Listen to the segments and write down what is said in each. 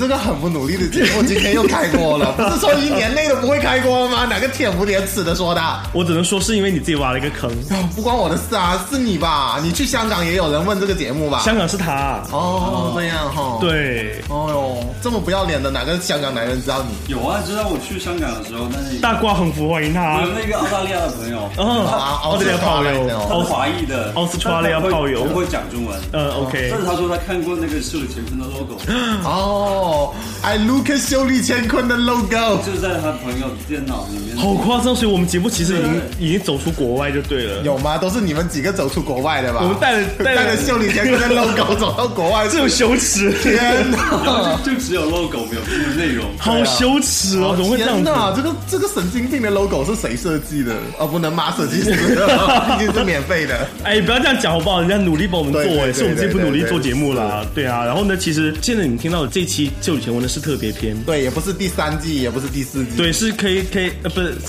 个很不努力的节目今天又开锅了，不是说1年内都不会开锅了吗？哪个铁不连齿的说的？ 我只能说是因为你自己挖了一个坑， 不关我的事啊，是你吧？你去香港也有人问这个节目吧？ 香港是他哦，这样哈。 对， 哦哟，这么不要脸的哪个香港男人知道你？ 有啊，知道我去香港的时候，但是大瓜横幅欢迎他。 有那个澳大利亚的朋友， 澳大利亚炮友， 他是华裔的， 澳大利亚炮友， 不会讲中文。 OK。 但是他说他看过那个秀里乾坤的 logo。 哦，I look at 秀里乾坤的 logo， 就是在他朋友电脑里面。 好夸张，所以我们节目其实已经走出国外就对了。 有吗？都是你们几个走出国外的吧？ 我们带着秀里乾坤的 logo 走到国外， 这种羞耻！ 天哪， 就只有 logo 没有内容， 好羞耻哦！怎么会这样子？ 天哪，这个神经病的 logo 是谁设计的？不能骂设计师，毕竟是免费的。 哎，不要这样讲好不好？人家努力帮我们做，是我们自己不努力做节目啦。对啊，然后呢，其实现在你听到的这期秀里乾坤的是特别篇， 对，也不是第3季，也不是第4季， 对，是可以，不是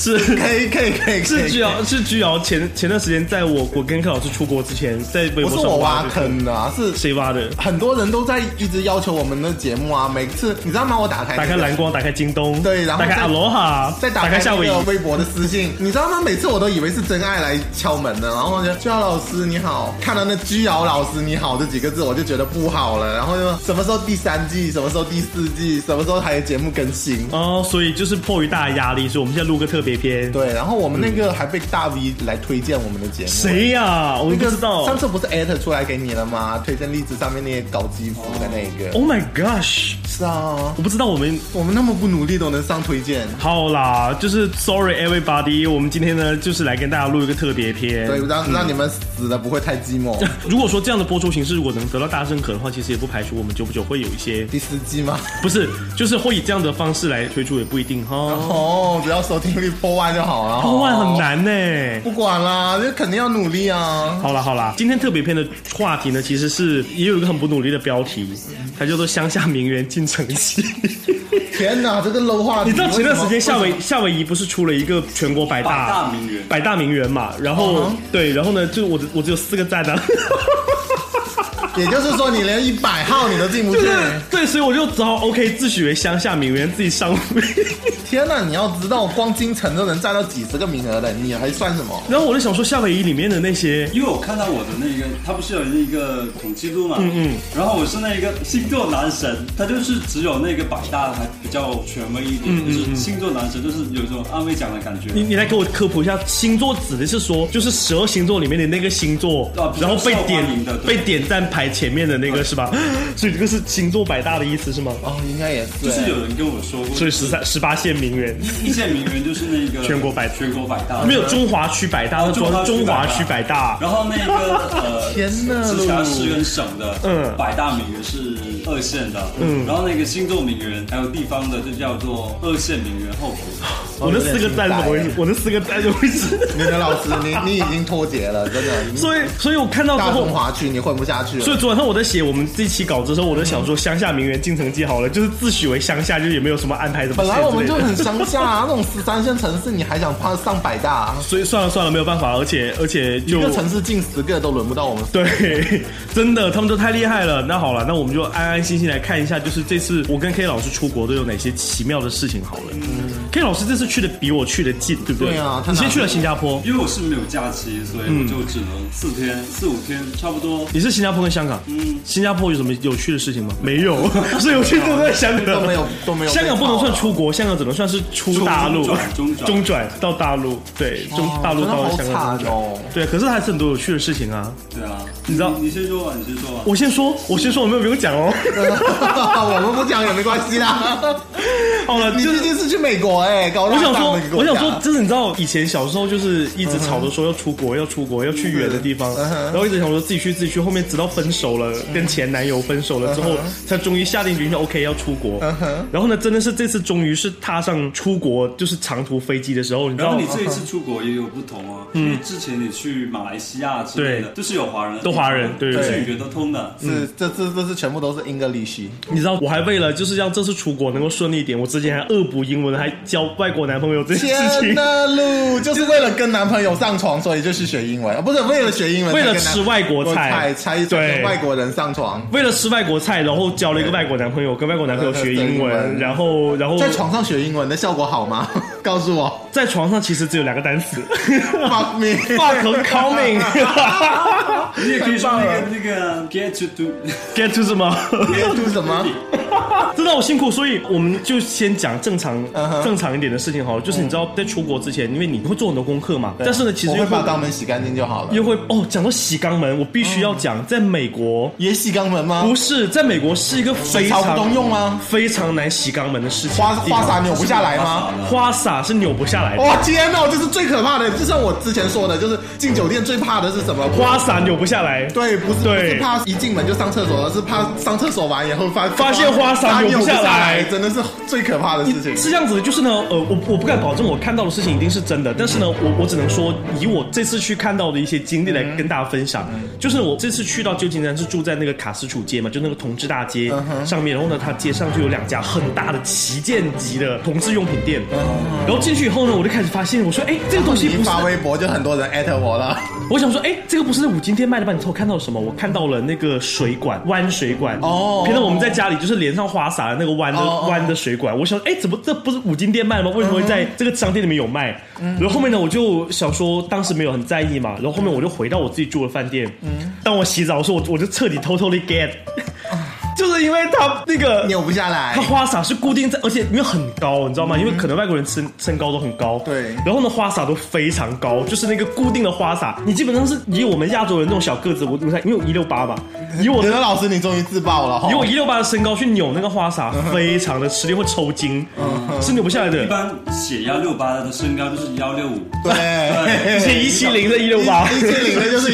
是居瑶前段时间在我跟柯老师出国之前，在微博上不是我挖坑的啊，是谁挖的？ 很多人都在一直要求我们的节目啊，每次你知道吗？我打开蓝光，打开京东， 对，然后打开阿罗哈， 再打开夏威夷微博的私信，你知道吗？每次我都以为是真爱来敲门的，然后就居瑶老师你好，看到那居瑶老师你好这几个字，我就觉得不好了，然后就什么时候第3季，什么时候第4季，什么时候还有节目更新哦，所以就是迫于大的压力，所以我们现在录个特别篇。 对，然后我们那个还被大 V 来推荐我们的节目。 谁呀？我不知道。 上次不是艾特出来给你了吗？推荐例子上面那些搞基服的那个。 Oh my gosh！ 是啊， 我不知道我们那么不努力都能上推荐。 好啦，就是 sorry everybody， 我们今天呢就是来跟大家录一个特别篇， 对，让你们死的不会太寂寞。 如果说这样的播出形式如果能得到大家认可的话，其实也不排除我们久不久会有一些第4季吗？ 不是，就是会以这样的方式来推出也不一定哈。 哦，只要收听率破万就好了。 破万很难呢。 不管啦，这肯定要努力啊。 好啦，今天特别篇的话题呢，其实是也有一个很不努力的标题，它叫做乡下名媛进城记。 天哪，这个 low 话题！ 你知道前段时间夏威夷不是出了一个全国百大名媛嘛？然后对，然后呢，就我只有4个赞啊。 也就是说，你连100号你都进不去。 对，所以我就只好 OK 自诩为乡下名媛，自己上位。 天哪，你要知道，光京城都能占到几10个名额的，你还算什么？ 然后我就想说，夏威夷里面的那些， 因为我看到我的那个，他不是有那个统计录嘛，然后我是那个星座男神，他就是只有那个百大还比较权威一点，就是星座男神，就是有一种安慰奖的感觉。 你来给我科普一下，星座指的是说，就是12星座里面的那个星座，然后被点赞排前面的那个是吧？所以这个是星座百大的意思是吗？ 哦，应该也是。 就是有人跟我说过， 所以18线名媛， 一线名媛就是那个全国百大，没有中华区百大，中华区百大。 然后那个天哪， 直辖市跟省的百大名媛是2线的，然后那个星座名媛还有地方的就叫做2线名媛后补。 我那4个赞怎么回事？我那4个赞怎么回事？ 你的老师，你已经脱节了，真的。 所以我看到之后， 大中华区你混不下去了。 所以昨晚上我在写我们这期稿子的时候，我在想说乡下名媛进城记好了，就是自诩为乡下，就是也没有什么安排什么。 本来我们就很乡下啊，那种13线城市，你还想上百大？ 所以算了，没有办法，而且就一个城市进10个都轮不到我们。 对，真的，他们都太厉害了。那好了，那我们就安安心心来看一下，就是这次我跟 K 老师出国都有哪些奇妙的事情好了。K 老师这次去的比我去的近，对不对？ 对啊， 你先去了新加坡， 因为我是没有假期，所以我就只能4天、5天，差不多。 你是新加坡跟香港？新加坡有什么有趣的事情吗？没有，是有趣的在香港都没有。 香港不能算出国，香港只能算是出大陆，中转到大陆，对，大陆到香港中转。对，可是还是很多有趣的事情啊。 对啊， 你知道？ 你先说吧，你先说吧。 我先说，我没有不用讲哦。 我们不讲也没关系啦。好了，你毕竟是去美国我想说，就是你知道以前小时候就是一直吵着说要出国，要去远的地方，然后一直想说自己去，后面直到分手了，跟前男友分手了之后，才终于下定决心 OK 要出国。然后呢，真的是这次终于是踏上出国就是长途飞机的时候，你知道？ 然后你这一次出国也有不同哦，因为之前你去马来西亚之类的，就是有华人， 都华人，对， 语言都通的。 这次全部都是 English。 你知道，我还为了就是让这次出国能够顺利一点，我之前还恶补英文，还交外国男朋友这件事情。 天哪，路就是为了跟男朋友上床，所以就去学英文，不是为了学英文， 为了吃外国菜， 跟外国人上床， 为了吃外国菜，然后交了一个外国男朋友，跟外国男朋友学英文，然后在床上学英文的效果好吗？告诉我， 在床上其实只有2个单词 ，fuck me，fuck coming。 你也可以说那个 get to 什么 get to 什么。 真的好辛苦，所以我们就先讲正常一点的事情好了。就是你知道，在出国之前，因为你会做很多功课嘛，但是呢，其实我会把肛门洗干净就好了。 又会讲到洗肛门，我必须要讲，在美国也洗肛门吗？ 不是，在美国是一个非常不用吗？ 非常难洗肛门的事情。 花洒扭不下来吗？ 花洒是扭不下来的。 哇天哪，这是最可怕的。就像我之前说的，就是进酒店最怕的是什么？ 花洒扭不下来。 对，不是怕一进门就上厕所，而是怕上厕所完以后发现花洒扭不下来， 真的是最可怕的事情。 是这样子的，就是呢，我不敢保证我看到的事情一定是真的，但是呢，我只能说以我这次去看到的一些经历来跟大家分享。就是我这次去到旧金山是住在那个卡斯楚街嘛，就那个同志大街上面，然后呢，它街上就有2家很大的旗舰级的同志用品店。然后进去以后呢，我就开始发现，我说，这个东西不是， 发微博就很多人@我了。 我想说，这个不是在五金店卖的吧？你猜我看到了什么？我看到了那个水管，弯水管。平常我们在家里就是连上花洒的那个弯的水管。我想，怎么这不是五金店卖的吗？为什么会在这个商店里面有卖？然后后面呢，我就想说，当时没有很在意嘛。然后后面我就回到我自己住的饭店。当我洗澡的时候，我就彻底 totally get。就是因为它那个扭不下来， 它花洒是固定在，而且因为很高，你知道吗？因为可能外国人身高都很高， 对。 然后呢，花洒都非常高，就是那个固定的花洒，你基本上是以我们亚洲人那种小个子，我猜你有168吧？以我的老师，你终于自爆了， 以我168的身高去扭那个花洒，非常的吃力，会抽筋，是扭不下来的。 一般写168的身高就是165， 对， 写170的168，170 的就是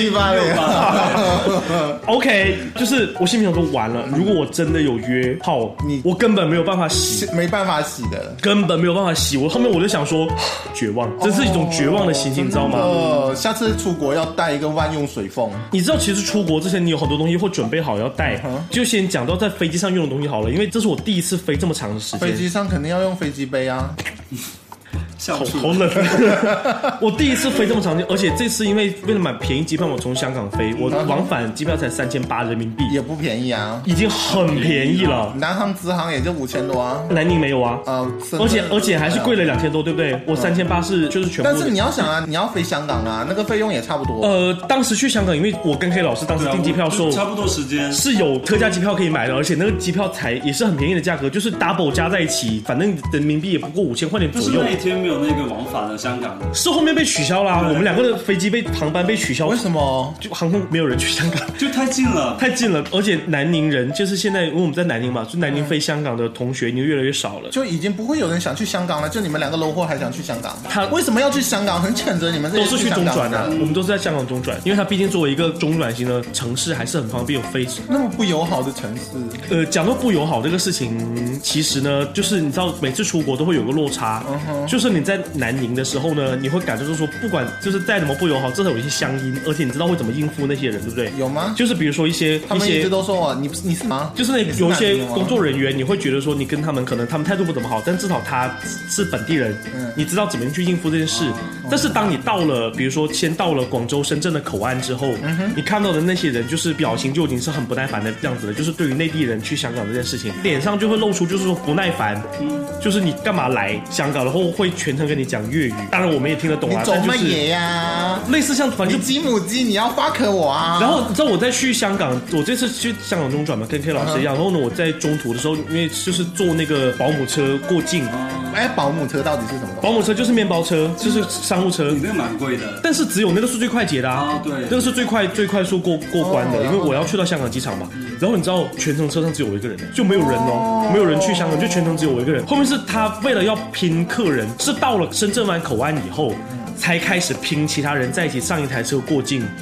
180。 OK， 就是我心里想说，完了，如果我真的有约炮，我根本没有办法洗， 没办法洗的， 根本没有办法洗。我后面我就想说，绝望，这是一种绝望的心情，你知道吗？ 下次出国要带一个万用水封。 你知道，其实出国之前你有很多东西会准备好要带，就先讲到在飞机上用的东西好了，因为这是我第一次飞这么长的时间。 飞机上肯定要用飞机杯啊。 好冷！我第一次飞这么长，而且这次因为为了买便宜机票，我从香港飞，我往返机票才3800人民币， 也不便宜啊， 已经很便宜了。 南航、直航也就5000多啊， 南宁没有啊，而且还是贵了2000多，对不对？我3800是就是全部。 但是你要想啊，你要飞香港啊，那个费用也差不多。 当时去香港，因为我跟 K 老师当时订机票说， 差不多时间是有特价机票可以买的，而且那个机票才也是很便宜的价格，就是 double 加在一起，反正人民币也不过5000块钱左右。 就是那一天没有那个往返的香港， 是后面被取消啦。我们2个的飞机航班被取消。 为什么？ 就航空没有人去香港， 就太近了， 太近了。而且南宁人就是现在，因为我们在南宁嘛，就南宁飞香港的同学，你越来越少了， 就已经不会有人想去香港了。就你们2个 low 货还想去香港？他为什么要去香港？很谴责你们这些都是去中转的，我们都是在香港中转，因为它毕竟作为一个中转型的城市，还是很方便有飞。 那么不友好的城市， 讲到不友好这个事情，其实呢，就是你知道，每次出国都会有个落差，就是你在南宁的时候呢，你会感受说，不管就是再怎么不友好，至少有一些乡音，而且你知道会怎么应付那些人，对不对？ 有吗？ 就是比如说他们一直都说我，你是吗？ 就是有一些工作人员，你会觉得说你跟他们可能他们态度不怎么好，但至少他是本地人，你知道怎么去应付这件事。但是当你到了，比如说先到了广州、深圳的口岸之后，你看到的那些人就是表情就已经是很不耐烦的样子了，就是对于内地人去香港这件事情，脸上就会露出就是说不耐烦，就是你干嘛来香港，然后会全程跟你讲粤语。当然我们也听得懂啊， 你走乜嘢呀？ 类似像反正鸡母鸡，你要fuck我啊！ 然后你知道我在去香港，我这次去香港中转嘛，跟 K 老师一样。然后呢，我在中途的时候，因为就是坐那个保姆车过境。 保姆车到底是什么？ 保姆车就是面包车，就是商务车。 那个蛮贵的， 但是只有那个是最快捷的啊。 对， 那个是最快速过关的，因为我要去到香港机场嘛。然后你知道，全程车上只有我一个人，就没有人哦，没有人去香港，就全程只有我一个人。后面是他为了要拼客人，是到了深圳湾口岸以后，才开始拼其他人在一起上一台车过境。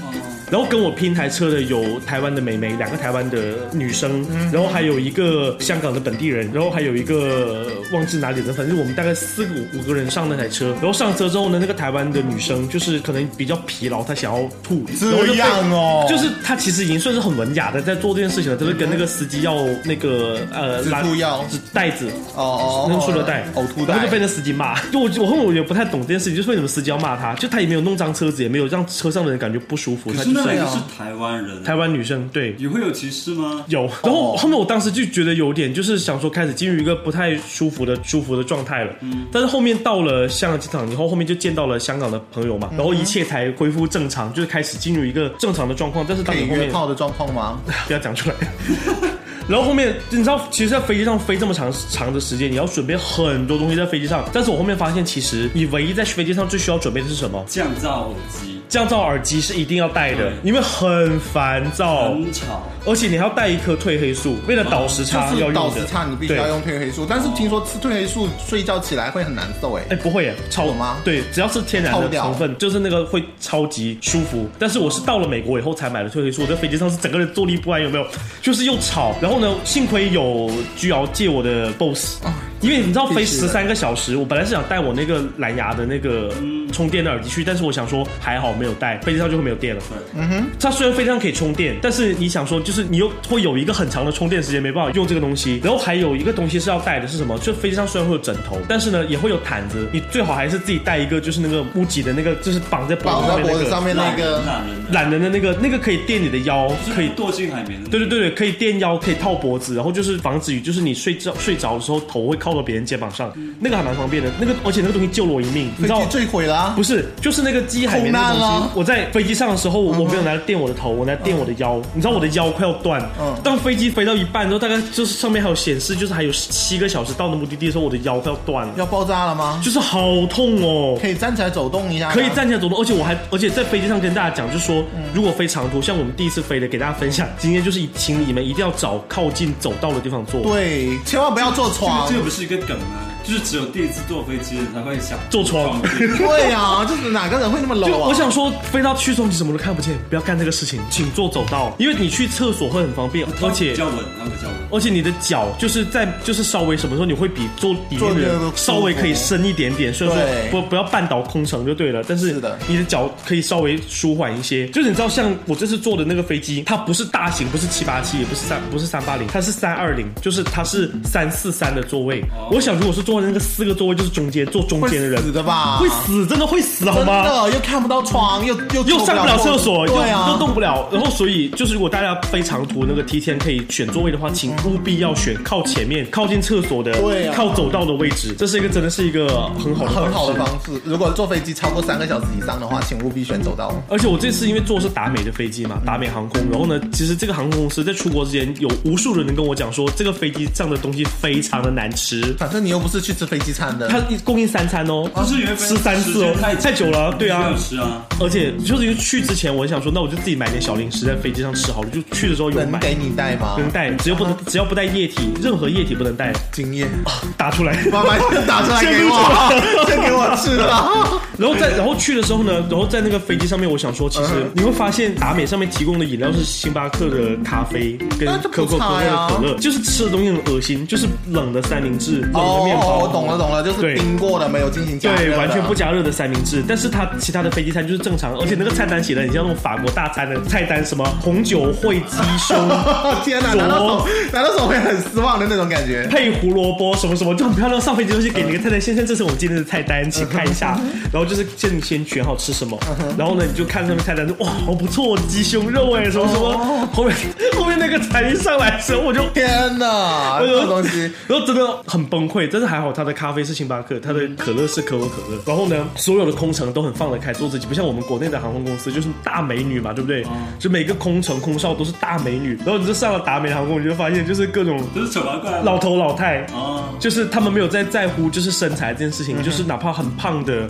然后跟我拼台车的有台湾的妹妹，2个台湾的女生，然后还有一个香港的本地人，然后还有一个忘记哪里的，反正我们大概4个5个人上那台车。然后上车之后呢，那个台湾的女生就是可能比较疲劳，她想要吐， 这样哦， 就是她其实已经算是很文雅的在做这件事情了，就是跟那个司机要那个止吐药袋子那个塑料袋呕吐袋， 然后就被那司机骂。就我后面我也不太懂这件事情，就是为什么司机要骂他？就他也没有弄脏车子，也没有让车上的人感觉不舒服。 可是那个是台湾人， 台湾女生，对， 也会有歧视吗？ 有。然后后面我当时就觉得有点就是想说开始进入一个不太舒服的状态了。但是后面到了香港机场以后，后面就见到了香港的朋友嘛，然后一切才恢复正常，就是开始进入一个正常的状况。但是当你后面可以约炮的状况吗？ 不要讲出来。然后后面你知道，其实在飞机上飞这么长的时间，你要准备很多东西在飞机上。但是我后面发现，其实你唯一在飞机上最需要准备的是什么？ 降噪耳机。 降噪耳机是一定要带的，因为很烦躁， 很吵， 而且你还要带一颗褪黑素，为了倒时差要用的。 倒时差你必须要用褪黑素，但是听说吃褪黑素睡觉起来会很难受哎。 不会耶，超吗？ 对，只要是天然的成分，就是那个会超级舒服。但是我是到了美国以后才买了褪黑素，我在飞机上是整个人坐立不安，有没有？就是又吵，然后呢，幸亏有居瑶借我的 BOSS。因为你知道飞13个小时，我本来是想带我那个蓝牙的那个充电的耳机去，但是我想说还好没有带，飞机上就会没有电了。它虽然飞机上可以充电，但是你想说就是你又会有一个很长的充电时间，没办法用这个东西。然后还有一个东西是要带的是什么？就飞机上虽然会有枕头，但是呢也会有毯子，你最好还是自己带一个，就是那个MUJI的那个，就是绑在脖子上面那个懒人的那个可以垫你的腰，可以堕进海绵的。 对，可以垫腰，可以套脖子，然后就是防止就是你睡着的时候头会靠到别人肩膀上，那个还蛮方便的。那个而且那个东西救了我一命，你知道？ 飞机坠毁了啊？ 不是，就是那个机海绵的东西。我在飞机上的时候，我没有拿来垫我的头，我拿来垫我的腰。你知道我的腰快要断。当飞机飞到一半之后，大概就是上面还有显示，就是还有7个小时到的目的地的时候，我的腰快要断了， 要爆炸了吗？ 就是好痛哦。 可以站起来走动一下。 可以站起来走动，而且在飞机上跟大家讲，就是说，如果飞长途，像我们第一次飞的，给大家分享今天就是请你们一定要找靠近走道的地方坐。 对，千万不要坐床。 这个不是一个梗吗？就是只有第一次坐飞机的人才会想坐床。 对啊，就是哪个人会那么 low 啊？ 我想说，飞到去中你什么都看不见，不要干这个事情，请坐走道，因为你去厕所会很方便，而且比较稳， 而且你的脚就是稍微什么时候你会比坐里面的人稍微可以深一点点，所以说不要绊倒空乘就对了。但是你的脚可以稍微舒缓一些。就是你知道，像我这次坐的那个飞机，它不是大型，不是787，也不是380，它是320，就是它是343的座位。我想如果是坐那个4个座位，就是坐中间的人， 会死的吧？ 会死，真的会死好吗？ 真的，又看不到窗，又上不了厕所， 对啊， 又动不了。然后所以就是如果大家飞长途那个提前可以选座位的话，请务必要选靠前面、靠近厕所的，靠走道的位置。这是真的是一个很好的方式。 如果坐飞机超过3个小时以上的话，请务必选走道。 而且我这次因为坐的是达美的飞机嘛，达美航空。然后呢，其实这个航空公司在出国之前有无数人跟我讲说，这个飞机上的东西非常的难吃。 反正你又不是去吃飞机餐的， 它供应3餐哦， 就是吃3次哦，太久了，对啊， 吃啊。 而且就是因为去之前，我想说，那我就自己买点小零食在飞机上吃好了。就去的时候有买， 能给你带吗？ 能带，只要不带液体，任何液体不能带。 经验打出来， 妈妈打出来给我，先给我吃了。 然后去的时候呢，然后在那个飞机上面，我想说，其实你会发现达美上面提供的饮料是星巴克的咖啡跟可口可乐的可乐，就是吃的东西很恶心，就是冷的三明治、冷的面包。 我懂了，就是冰过的，没有进行加热的， 对，完全不加热的三明治。但是它其他的飞机餐就是正常，而且那个菜单写的很像那种法国大餐的菜单，什么红酒烩鸡胸， 天哪，难道手会很失望的那种感觉？ 配胡萝卜什么什么就很漂亮。上飞机就是给你一个菜单，先生，这是我们今天的菜单，请看一下。然后就是你先选好吃什么，然后呢你就看上面菜单，就哇好不错，鸡胸肉什么什么。后面那个菜一上来的时候，我就天哪，这个东西， 然后真的很崩溃。但是还好，他的咖啡是星巴克，他的可乐是可口可乐。然后呢，所有的空乘都很放得开，做自己，不像我们国内的航空公司就是大美女嘛，对不对？就每个空乘空少都是大美女。然后你就上了达美航空，你就发现就是各种就是丑八怪老头老太，就是他们没有在乎就是身材这件事情，就是哪怕很胖的那个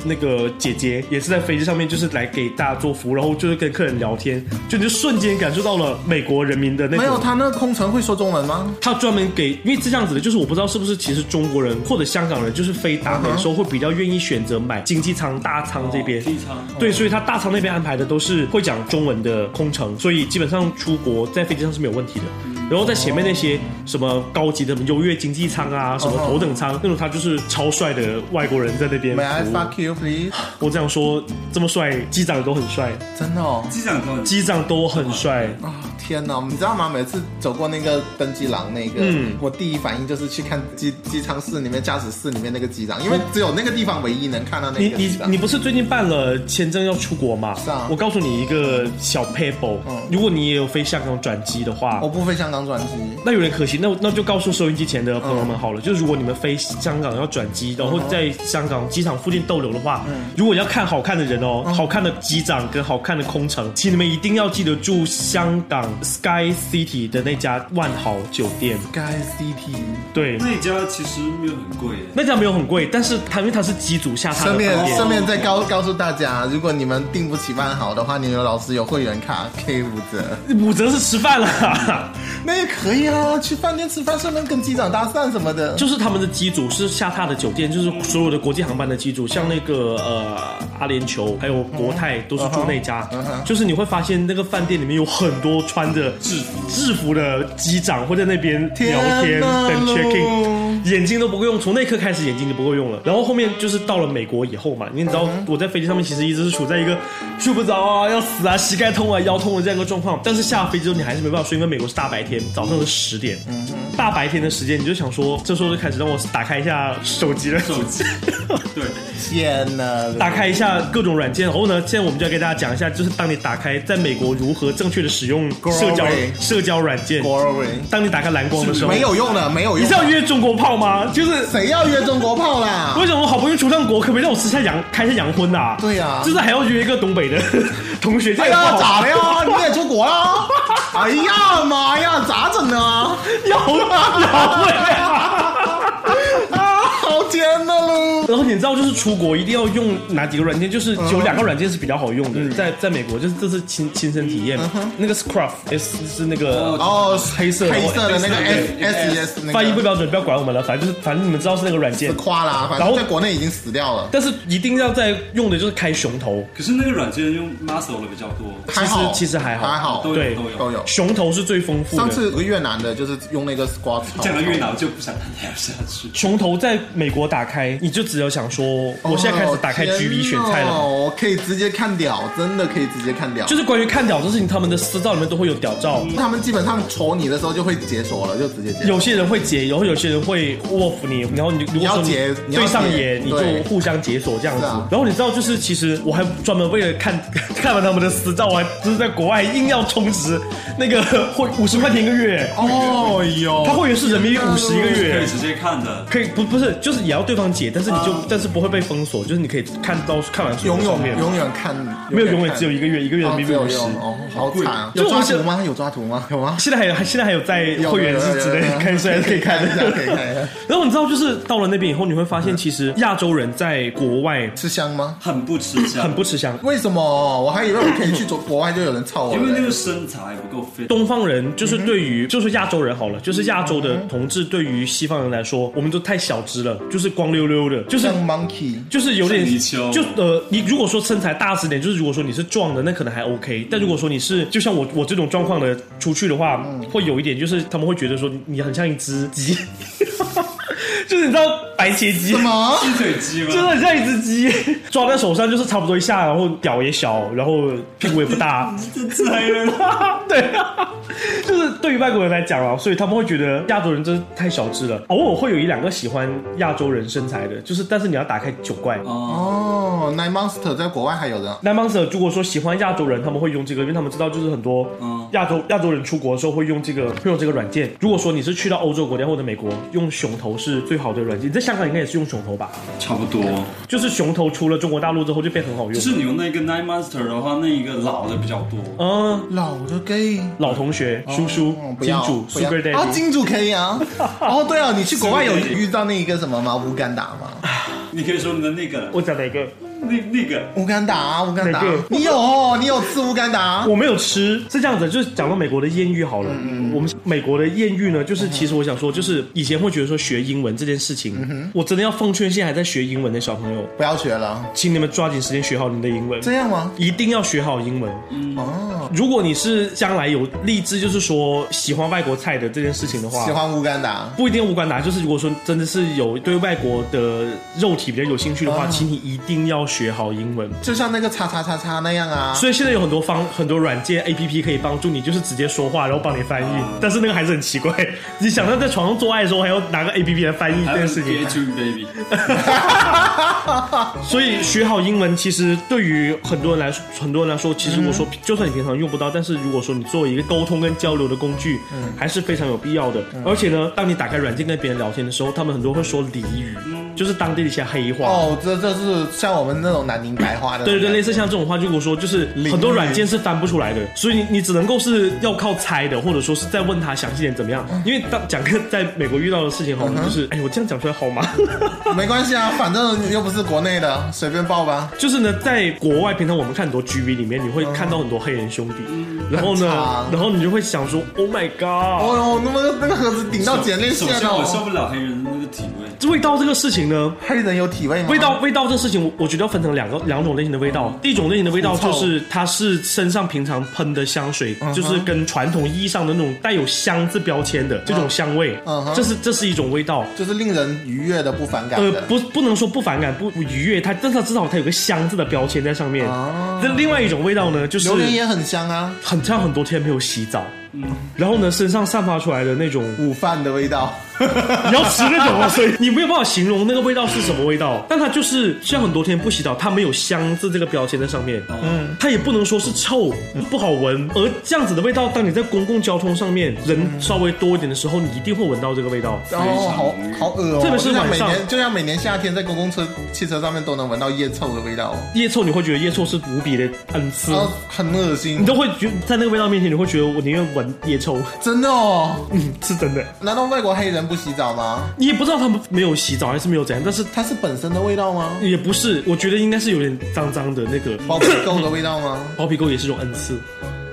个姐姐也是在飞机上面，就是来给大家做服务，然后就是跟客人聊天，就你就瞬间感受到了美国人民的那种。 没有，他那个空乘会说中文吗？ 他专门给，因为这样子的，就是我不知道是不是其实中国人或者香港人，就是飞达美的时候会比较愿意选择买经济舱、大舱这边。 经济舱。 对，所以他大舱那边安排的都是会讲中文的空乘，所以基本上出国在飞机上是没有问题的。然后在前面那些什么高级的优越经济舱啊，什么头等舱那种，他就是超帅的外国人在那边。 May I fuck you please？ 我这样说，这么帅，机长都很帅， 真的哦， 机长都很帅啊！天哪，你知道吗？每次走过那个登机廊那个，我第一反应就是去看机舱室里面、驾驶室里面那个机长，因为只有那个地方唯一能看到那个机长。 你不是最近办了签证要出国吗？ 是啊。 我告诉你一个小 paper，如果你也有飞香港转机的话， 我不飞香港转机， 那有点可惜。那就告诉收音机前的朋友们好了，就是如果你们飞香港要转机，然后在香港机场附近逗留的话，如果要看好看的人哦，好看的机长跟好看的空乘，请你们一定要记得住香港 Sky City 的那家万豪酒店。 Sky City 对， 那家其实没有很贵耶， 那家没有很贵，但是因为它是机组下榻的饭店。 顺便再告诉大家，如果你们订不起万豪的话，你们老师有会员卡可以5折。 5折是吃饭了。 那也可以啊，去饭店吃饭，顺便跟机长搭讪什么的。 就是他们的机组是下榻的酒店，就是所有的国际航班的机组，像那个阿联酋还有国泰都是住那家。就是你会发现那个饭店里面有很多穿着制服的机长会在那边聊天等 check in， 眼睛都不够用，从那一刻开始眼睛就不够用了。然后后面就是到了美国以后嘛，你知道我在飞机上面其实一直是处在一个睡不着啊、要死啊、膝盖痛啊、腰痛的这样一个状况。但是下了飞机之后你还是没办法睡，因为美国是大白天，早上是10点，大白天的时间，你就想说，这时候就开始让我打开一下手机了。 对， 天哪！ 打开一下各种软件，然后呢，现在我们就要给大家讲一下，就是当你打开在美国如何正确的使用社交软件。当你打开蓝光的时候， 没有用的，没有用。 你是要约中国炮吗？就是谁要约中国炮啦？ 为什么我好不容易出趟国，可不可以让我吃下开下洋荤啊？ 对呀， 就是还要约一个东北的同学。 哎呀，咋的呀？你也出国了？哎呀妈呀，咋整呢？ 要好天呐喽！ 然后你知道，就是出国一定要用哪几个软件？就是有2个软件是比较好用的，在美国，就是这是亲身体验。那个 Scruff是那个黑色的那个 SES， 发音不标准，不要管我们了，反正你们知道是那个软件。 夸啦，反正在国内已经死掉了。 但是一定要在用的就是开熊头。 可是那个软件用 muscle 的比较多， 其实还好， 对， 都有。 熊头是最丰富的。 上次有个越南的，就是用那个 Squat。 讲到越南，我就不想聊下去。 熊头在美国打开，你就只有想说，我现在开始打开 GB 选菜了。 我可以直接看屌，真的可以直接看屌。 就是关于看屌这事情，他们的私照里面都会有屌照。 他们基本上戳你的时候就会解锁了，就直接解锁。 有些人会解，然后有些人会 off 你，然后你如果说你对上眼，你就互相解锁这样子。然后你知道，就是其实我还专门为了看完他们的私照，我还就是在国外硬要充值那个会50块钱1个月。 哦哟， 他会员是人民币50一个月， 可以直接看的。 可以不是，就是也要对方解，但是但是不会被封锁，就是你可以看完永远看， 没有永远只有1个月，1个月人民币50。 哦，好惨啊！有抓图吗？有抓图吗？有吗？ 现在还有在会员日之类看，虽然可以看一下，可以看一下。然后你知道，就是到了那边以后，你会发现其实亚洲人在国外吃香吗？ 很不吃香。 为什么？我还以为我可以去国外就有人操我。 因为那个身材不够 fit。 东方人就是对于就是亚洲人好了，就是亚洲的同志对于西方人来说，我们都太小只了，就是光溜溜的，就是像 monkey， 就是有点你如果说身材大只点，就是如果说你是壮的，那可能还 OK。但如果说你是就像我这种状况的出去的话，会有一点就是他们会觉得说你很像一只鸡。就是你知道白切鸡什么鸡腿鸡吗？ 真的很像一只鸡，抓在手上就是差不多一下，然后屌也小，然后屁股也不大， 这才人对啊，就是对于外国人来讲啊，所以他们会觉得亚洲人真的太小只了。偶尔会有1-2个喜欢亚洲人身材的，就是但是你要打开9怪哦。Nine Monster 在国外还有的。 Nine Monster 如果说喜欢亚洲人，他们会用这个，因为他们知道就是很多亚洲人出国的时候会用这个软件。如果说你是去到欧洲国家或者美国，用熊头是最好的软件。你在香港应该也是用熊头吧？ 差不多， 就是熊头出了中国大陆之后就变很好用。 就是你用那个 Nine Monster 的话，那一个老的比较多。 老的gay， 老同学、叔叔、金主、Sugar Daddy。 啊，金主可以啊。哦，对啊，你去国外有遇到那一个什么吗？乌干达吗？ 你可以说你的那个， 我讲哪个？ 那个乌干达，你有吃乌干达？ 我没有吃，是这样子，就是讲到美国的艳遇好了。我们美国的艳遇呢，就是其实我想说，就是以前会觉得说学英文这件事情，我真的要奉劝现在还在学英文的小朋友， 不要学了， 请你们抓紧时间学好你的英文。 这样吗？ 一定要学好英文。如果你是将来有立志，就是说喜欢外国菜的这件事情的话， 喜欢乌干达， 不一定乌干达，就是如果说真的是有对外国的肉体比较有兴趣的话，请你一定要学好英文， 就像那个叉叉叉叉那样啊。 所以现在有很多软件 APP 可以帮助你，就是直接说话然后帮你翻译，但是那个还是很奇怪。你想到在床上做爱的时候还要拿个 APP 来翻译这件事情。 baby 所以学好英文其实对于很多人来说，其实我说就算你平常用不到，但是如果说你作为一个沟通跟交流的工具，还是非常有必要的。而且呢，当你打开软件跟别人聊天的时候，他们很多会说俚语，就是当地的一些黑话。 这是像我们那种南宁白话的。 对，类似像这种话，如果说就是很多软件是翻不出来的，所以你只能够是要靠猜的，或者说是再问他详细点怎么样。因为讲个在美国遇到的事情，好像就是，我这样讲出来好吗？ 没关系啊，反正又不是国内的，随便报吧。 就是呢，在国外平常我们看很多 GV 里面，你会看到很多黑人兄弟，然后你就会想说 ，Oh my God！ 那个盒子顶到剪链线了。 首先我受不了黑人的那个体味。 味道这个事情呢， 黑人有体味吗？ 味道这个事情，我觉得要分成两种类型的味道。第一种类型的味道就是它是身上平常喷的香水，就是跟传统意义上的那种带有香字标签的这种香味，这是一种味道， 就是令人愉悦的不反感的。 不能说不反感不愉悦，但是至少它有个香字的标签在上面。那另外一种味道呢，就是榴莲也很香啊， 很多天没有洗澡。然后呢，身上散发出来的那种午饭的味道， 你要吃那种所以你没有办法形容那个味道是什么味道。但它就是像很多天不洗澡，它没有香字这个标签在上面，它也不能说是臭，不好闻。而这样子的味道，当你在公共交通上面人稍微多一点的时候，你一定会闻到这个味道。 好恶哦！ 特别是晚上， 就像每年夏天在公共汽车上面都能闻到腋臭的味道。 腋臭，你会觉得腋臭是无比的恩赐， 很恶心。 你都会觉得在那个味道面前，你会觉得我宁愿闻腋臭。 真的哦， 是真的。 难道外国黑人不洗澡吗？ 你也不知道他们没有洗澡还是没有怎样，但是它是本身的味道吗？ 也不是，我觉得应该是有点脏脏的那个包皮垢的味道吗？ 包皮垢也是种恩赐。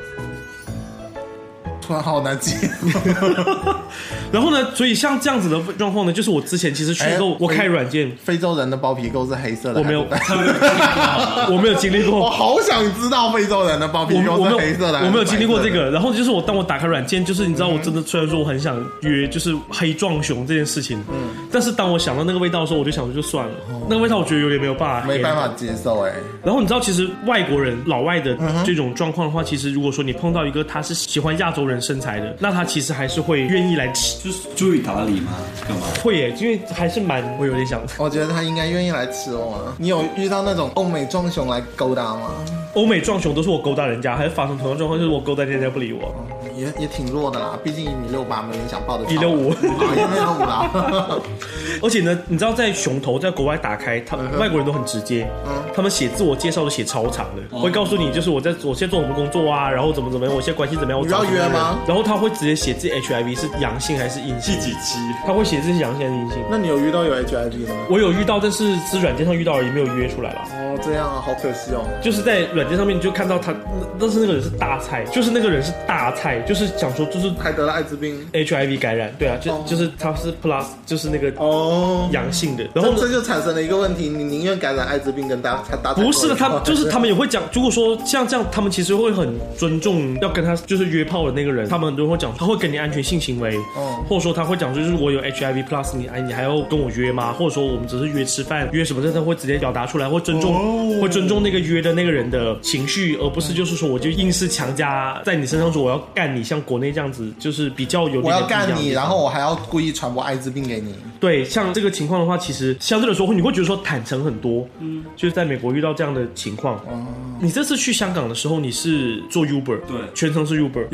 突然好难接。 然后呢，所以像这样子的状况呢，就是我之前其实去过，我开软件， 非洲人的包皮垢是黑色的， 我没有经历过。 我好想知道非洲人的包皮垢是黑色的， 我没有经历过这个。然后就是当我打开软件，就是你知道，我真的虽然说我很想约，就是黑壮熊这件事情，但是当我想到那个味道的时候，我就想说就算了，那个味道我觉得有点没办法接受然后你知道，其实外国人老外的这种状况的话，其实如果说你碰到一个他是喜欢亚洲人身材的，那他其实还是会愿意来吃， 就是注意打理吗？干嘛？ 会耶，因为还是我有点想， 我觉得他应该愿意来吃我。你有遇到那种欧美壮熊来勾搭吗？ 欧美壮熊都是我勾搭人家，还是发生同样状况，就是我勾搭人家不理我。 也挺弱的啦，毕竟1.68米，没人想抱得 1.65， 也1.65啦。 而且呢，你知道在熊头在国外打开，外国人都很直接，他们写自我介绍都写超长的，会告诉你就是我现在做什么工作啊，然后怎么样，我现在关系怎么样，我要约吗？ 然后他会直接写自己 HIV 是阳性还是阴性， 第几期，他会写自己阳性还是阴性。 那你有遇到有 HIV 的吗？ 我有遇到，但是软件上遇到而已，没有约出来了。 这样啊，好可惜哦。 就是在软件上面你就看到他，但是那个人是大菜，就是想说就是还得了艾滋病 HIV 感染，对啊，就是他是 plus 就是那个阳性的，然后这就产生了一个问题，你宁愿感染艾滋病跟大菜？ 不是的，他们也会讲，如果说像这样，他们其实会很尊重要跟他就是约炮的那个人，他们很多人会讲，他会跟你安全性行为，或者说他会讲说就是我有 HIV plus 你还要跟我约吗？或者说我们只是约吃饭约什么，他会直接表达出来，会尊重那个约的那个人的情绪，而不是就是说我就硬是强加在你身上说我要干你，像国内这样子就是比较有我要干你，然后我还要故意传播艾滋病给你。 对，像这个情况的话，其实相对来说你会觉得说坦诚很多，就是在美国遇到这样的情况。你这次去香港的时候，你是做 Uber， 对， 全程是 Uber， 有雄狮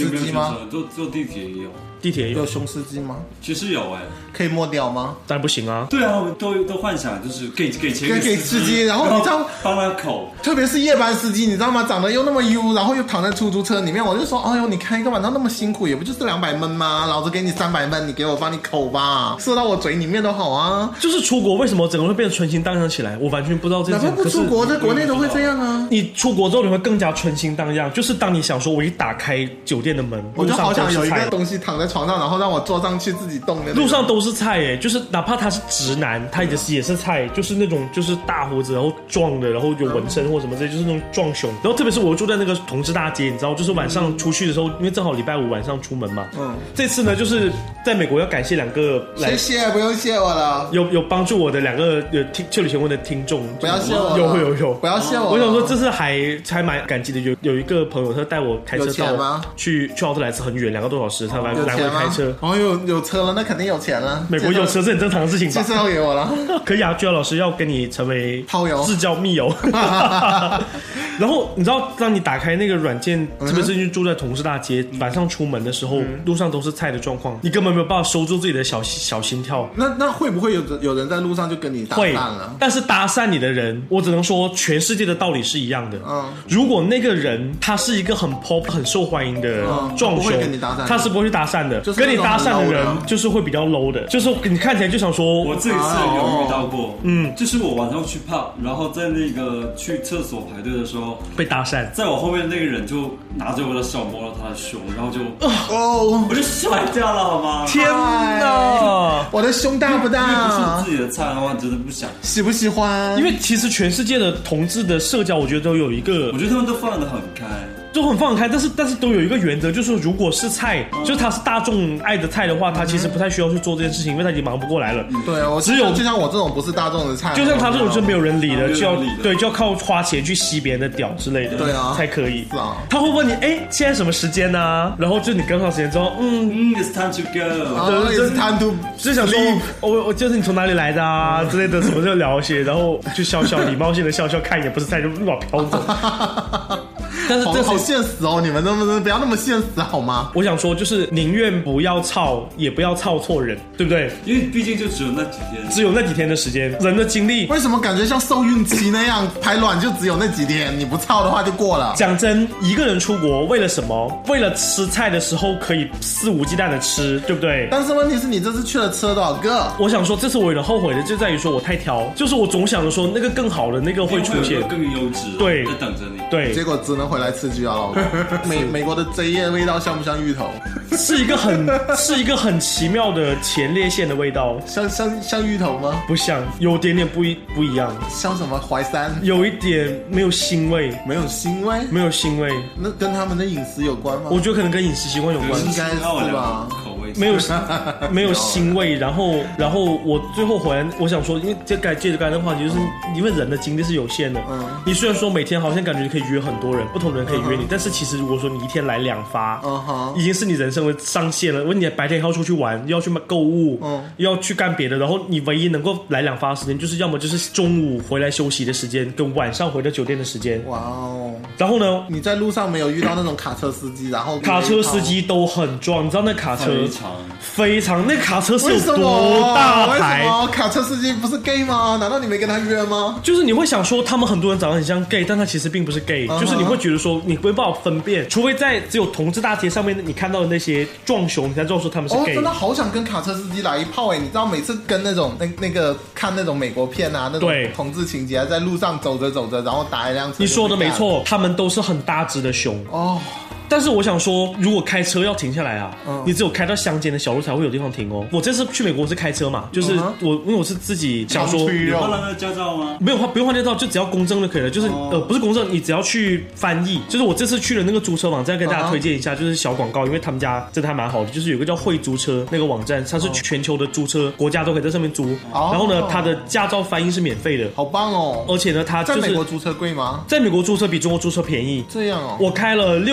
司机吗？ 坐地铁也有。 地铁有熊司机吗？ 其实有可以摸掉吗？ 当然不行啊。 对啊，都幻想就是给钱给司机，然后你知道帮他口， 特别是夜班司机，你知道吗？长得又那么优，然后又躺在出租车里面，我就说，哎呦，你开一个晚上那么辛苦，也不就是200闷吗？老子给你300闷，你给我帮你口吧，射到我嘴里面都好啊。 就是出国为什么整个会变得春心荡漾起来？我完全不知道这件事情。 哪怕不出国，在国内都会这样啊。 你出国之后你会更加春心荡漾，就是当你想说我一打开酒店的门， 我就好想有一个东西躺在床上，然后让我坐上去自己动的。 路上都是菜耶，就是哪怕他是直男，他也是菜，就是那种就是大胡子，然后壮的，然后有纹身或什么之类，就是那种壮熊。然后特别是我住在那个同志大街，你知道，就是晚上出去的时候，因为正好礼拜五晚上出门嘛。这次呢，就是在美国要感谢2个， 谢谢，不用谢我了。 有帮助我的2个秋里前问的听众， 不要谢我， 有， 不要谢我。 我想说这次还蛮感激的，有一个朋友他带我开车到去奥特莱斯很远2个多小时，他来回开车。 哦，有车了，那肯定有钱了。 美国有车是很正常的事情吧？ 介绍给我了， 可以啊。居瑶老师要跟你成为炮友、 至交密友。然后你知道，当你打开那个软件，特别是住在同事大街，晚上出门的时候，路上都是菜的状况，你根本没有办法收住自己的小心跳。 那会不会有人在路上就跟你搭讪了？ 但是搭讪你的人，我只能说全世界的道理是一样的。如果那个人他是一个很 pop 很受欢迎的壮熊，他是不会去搭讪的。跟你搭讪的人就是会比较 low 的，就是你看起来就想说， 我这一次有遇到过，就是我晚上去 pub， 然后在那个去厕所排队的时候被搭讪， 在我后面那个人就拿着我的手摸了他的胸，然后就我就甩掉了，好吗？ 天哪， 我的胸大不大？ 因为不是自己的菜的话，真的不想。 喜不喜欢？ 因为其实全世界的同志的社交，我觉得都有一个， 我觉得他们都放得很开。 都很放得开，但是都有一个原则，就是如果是菜，就是他是大众爱的菜的话，他其实不太需要去做这件事情，因为他已经忙不过来了。 对啊，只有就像我这种不是大众的菜， 就像他这种是没有人理的，就要靠花钱去吸别人的屌之类的， 对啊， 才可以。 是啊， 他会问你，现在什么时间呢？然后就你跟上时间之后 ，it's time to go， it's time to， 就想说我就是你从哪里来的啊之类的，什么就聊些，然后就笑笑，礼貌性的笑笑，看也不是菜就立马飘走。但是这好现实哦，你们能不能不要那么现实好吗？ 我想说，就是宁愿不要操，也不要操错人，对不对？ 因为毕竟就只有那几天， 只有那几天的时间，人的精力。 为什么感觉像受孕期那样，排卵就只有那几天，你不操的话就过了？ 讲真，一个人出国为了什么？为了吃菜的时候可以肆无忌惮的吃，对不对？ 但是问题是你这次去了吃了多少个？ 我想说，这次我有点后悔的就在于说我太挑，就是我总想着说那个更好的那个会出现， 更优质， 对， 在等着你。 对， 结果只能回来吃居瑶老美国的 J 叶味道像不像芋头？ 是一个很奇妙的前列腺的味道， 像芋头吗？ 不像，有点点不一样。 像什么淮山？ 有一点没有腥味， 没有腥味， 没有腥味。 那跟他们的饮食有关吗？ 我觉得可能跟饮食习惯有关， 应该是吧。 没有腥味，然后我最后回来，我想说，因为接着刚才的话题，就是因为人的精力是有限的。你虽然说每天好像感觉你可以约很多人，不同的人可以约你，但是其实如果说你一天来2发，已经是你人生的上限了。因为你白天要出去玩，要去购物，要去干别的，然后你唯一能够来2发的时间，就是要么就是中午回来休息的时间，跟晚上回到酒店的时间。 哇哦！ 然后呢， 你在路上没有遇到那种卡车司机，然后卡车司机都很壮，你知道那卡车非常，那卡车是有多大台？ 为什么卡车司机不是 gay 吗？难道你没跟他约吗？ 就是你会想说，他们很多人长得很像 gay， 但他其实并不是 gay，就是你会觉得说，你没办法分辨，除非在只有同志大街上面你看到的那些壮熊，你才知道说他们是 gay。 真的好想跟卡车司机来一炮你知道每次跟那种那个看那种美国片啊，那种同志情节，在路上走着，然后打一辆车。 你说的没错，他们都是很大只的熊哦。但是我想说，如果开车要停下来啊，你只有开到乡间的小路才会有地方停哦。我这次去美国是开车嘛，就是因为我是自己想说， 你换了那个驾照吗？ 没有不用换驾照，就只要公证就可以了。就是不是公证，你只要去翻译。就是我这次去了那个租车网站，跟大家推荐一下，就是小广告，因为他们家真的还蛮好的。就是有个叫会租车那个网站，它是全球的租车国家都可以在上面租。然后呢，它的驾照翻译是免费的， 好棒哦！ 而且呢，它就是在美国租车贵吗？ 在美国租车比中国租车便宜。 这样哦， 我开了6天的车。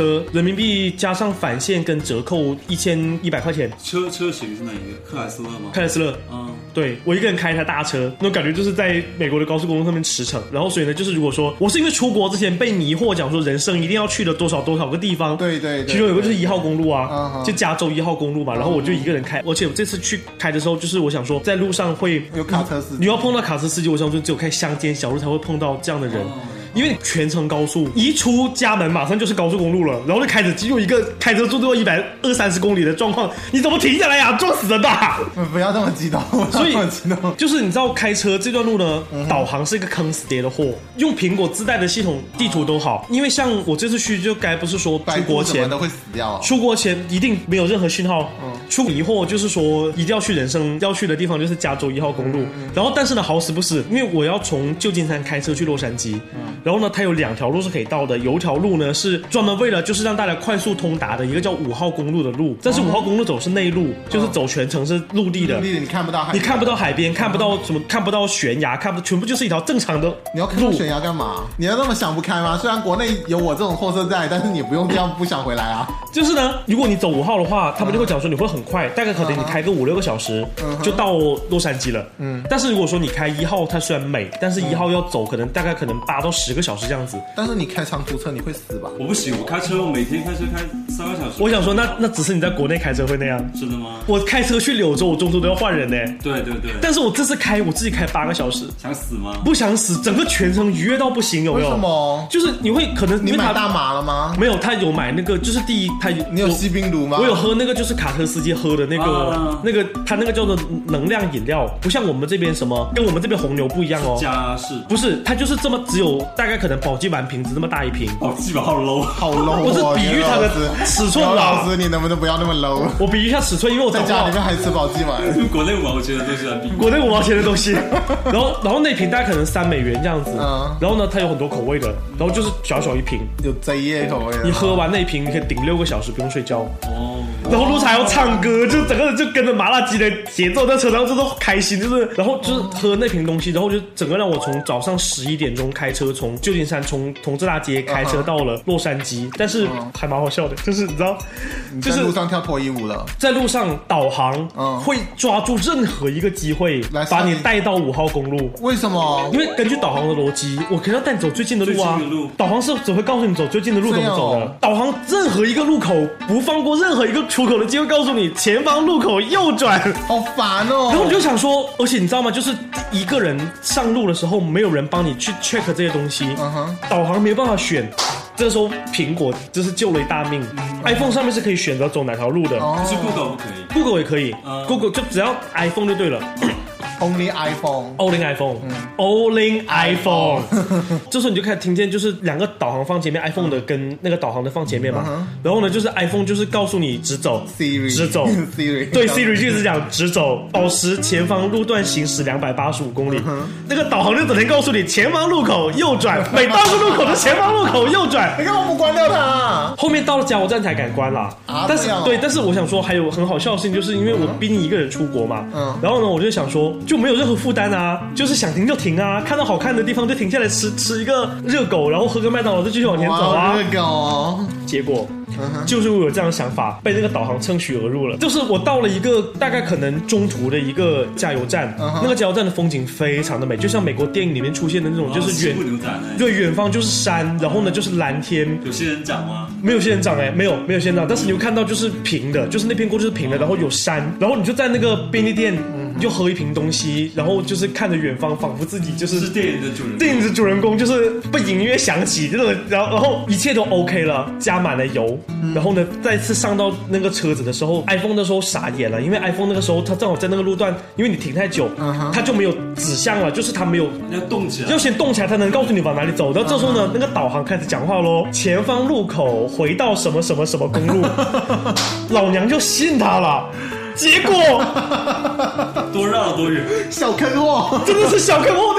车，人民币加上返现跟折扣1100块钱。 车型是哪一个？克莱斯勒吗？ 克莱斯勒。对，我一个人开一台大车，那种感觉就是在美国的高速公路上面驰骋。然后所以呢，就是如果说我是因为出国之前被迷惑，讲说人生一定要去了多少个地方， 对， 其中有个就是1号公路啊，就加州1号公路嘛。然后我就一个人开，而且我这次去开的时候，就是我想说在路上会有卡车司机， 你要碰到卡车司机，我想说只有开乡间小路才会碰到这样的人。因为全程高速，一出家门马上就是高速公路了，然后就开始进入一个开车速度120-130公里的状况，你怎么停下来呀？撞死人吧！ 不要这么激动， 所以就是你知道开车这段路呢，导航是一个坑死爹的货，用苹果自带的系统地图都好，因为像我这次去就该不是说出国前都会死掉， 出国前一定没有任何讯号，出国以后就是说一定要去人生要去的地方就是加州1号公路，然后但是呢好死不死，因为我要从旧金山开车去洛杉矶，然后呢它有2条路是可以到的，有一条路呢是专门为了就是让大家快速通达的一个叫5号公路的路，但是5号公路走是内陆，就是走全程是陆地的， 你看不到海边， 你看不到海边，看不到什么，看不到悬崖，全部就是一条正常的路。 你要看到悬崖干嘛？你要那么想不开吗？虽然国内有我这种货色在，但是你不用这样不想回来啊。 就是呢，如果你走5号的话，他们就会讲说你会很快，大概可能你开个5-6个小时就到洛杉矶了。但是如果说你开1号，它虽然美，但是1号要走大概8到10个小时这样子。 但是你开长途车你会死吧？ 我不行，我开车，我每天开车开3个小时。 我想说，那只是你在国内开车会那样。 真的吗？ 我开车去柳州，我中途都要换人呢。 对。 但是我这次我自己开8个小时。 想死吗？ 不想死，整个全程愉悦到不行，有没有？ 为什么？ 就是你会可能你买大麻了吗？ 没有，他有买那个，就是第一， 你有吸冰毒吗？ 我有喝那个，就是卡车司机喝的那个，他那个叫做能量饮料，不像我们这边什么，跟我们这边红牛不一样哦。 加士不是，它就是这么只有大概可能宝鸡丸瓶子这么大一瓶。 宝鸡丸好 low， 好 low。 我是比喻它的尺寸啦。 老师，你能不能不要那么 low？ 我比喻一下尺寸，因为我在家里面还吃宝鸡丸， 国内5毛钱的东西来比。 国内5毛钱的东西，然后那瓶大概可能3美元这样子，然后呢，它有很多口味的，然后就是小一瓶， 有贼叶口味的。 你喝完那一瓶，你可以顶6个小时不用睡觉。然后路上还要唱歌，就整个人就跟着麻辣鸡的节奏在车上，就是开心，就是然后就是喝那瓶东西，然后就整个让我从早上11点钟开车从旧金山从同志大街开车到了洛杉矶，但是还蛮好笑的，就是你知道， 就是路上跳脱衣舞了， 在路上导航会抓住任何一个机会把你带到5号公路。 为什么？ 因为根据导航的逻辑，我可能要带你走最近的路啊。导航是只会告诉你走最近的路怎么走的。导航任何一个路口不放过任何一个出口的机会，告诉你前方路口右转。 好烦哦！ 然后我就想说，而且你知道吗？就是一个人上路的时候，没有人帮你去 check 这些东西，导航没办法选。这个时候苹果就是救了一大命。iPhone 上面是可以选择走哪条路的， 可是 Google 不可以。 Google 也可以，Google 就只要 iPhone 就对了。 Only iPhone， Only iPhone，Only iPhone。这时候你就开始听见，就是2个导航放前面 ，iPhone 的跟那个导航的放前面嘛。然后呢，就是 iPhone 就是告诉你直走，直走，Siri 对 Siri 就是讲直走，保持前方路段行驶285公里。那个导航就整天告诉你前方路口右转，每到个路口的前方路口右转。 你干嘛不关掉它？ 后面到了加油站才敢关啦。但是对，但是我想说还有很好笑的事情，就是因为我逼你一个人出国嘛，然后呢，我就想说。就没有任何负担啊，就是想停就停啊，看到好看的地方就停下来吃一个热狗，然后喝个麦当劳，就继续往前走啊。 热狗， 结果就是我有这样的想法，被那个导航趁虚而入了。就是我到了一个大概可能中途的一个加油站，那个加油站的风景非常的美，就像美国电影里面出现的那种，就是远方就是山，然后呢就是蓝天。 有仙人掌吗？ 没有仙人掌没有仙人掌，但是你会看到就是平的，就是那片过就是平的，然后有山，然后你就在那个便利店。就喝一瓶东西，然后就是看着远方，仿佛自己就是电影的主人公， 电影的主人公，就是被隐约想起这种，然后一切都 OK 了，加满了油，然后呢，再次上到那个车子的时候 ，iPhone 那时候傻眼了，因为 iPhone 那个时候它正好在那个路段，因为你停太久，它就没有指向了，就是它没有要动起来， 要先动起来才能告诉你往哪里走。然后这时候呢，那个导航开始讲话咯，前方路口回到什么什么什么公路，老娘就信他了。结果多绕多远， 小坑货， 真的是小坑货。那个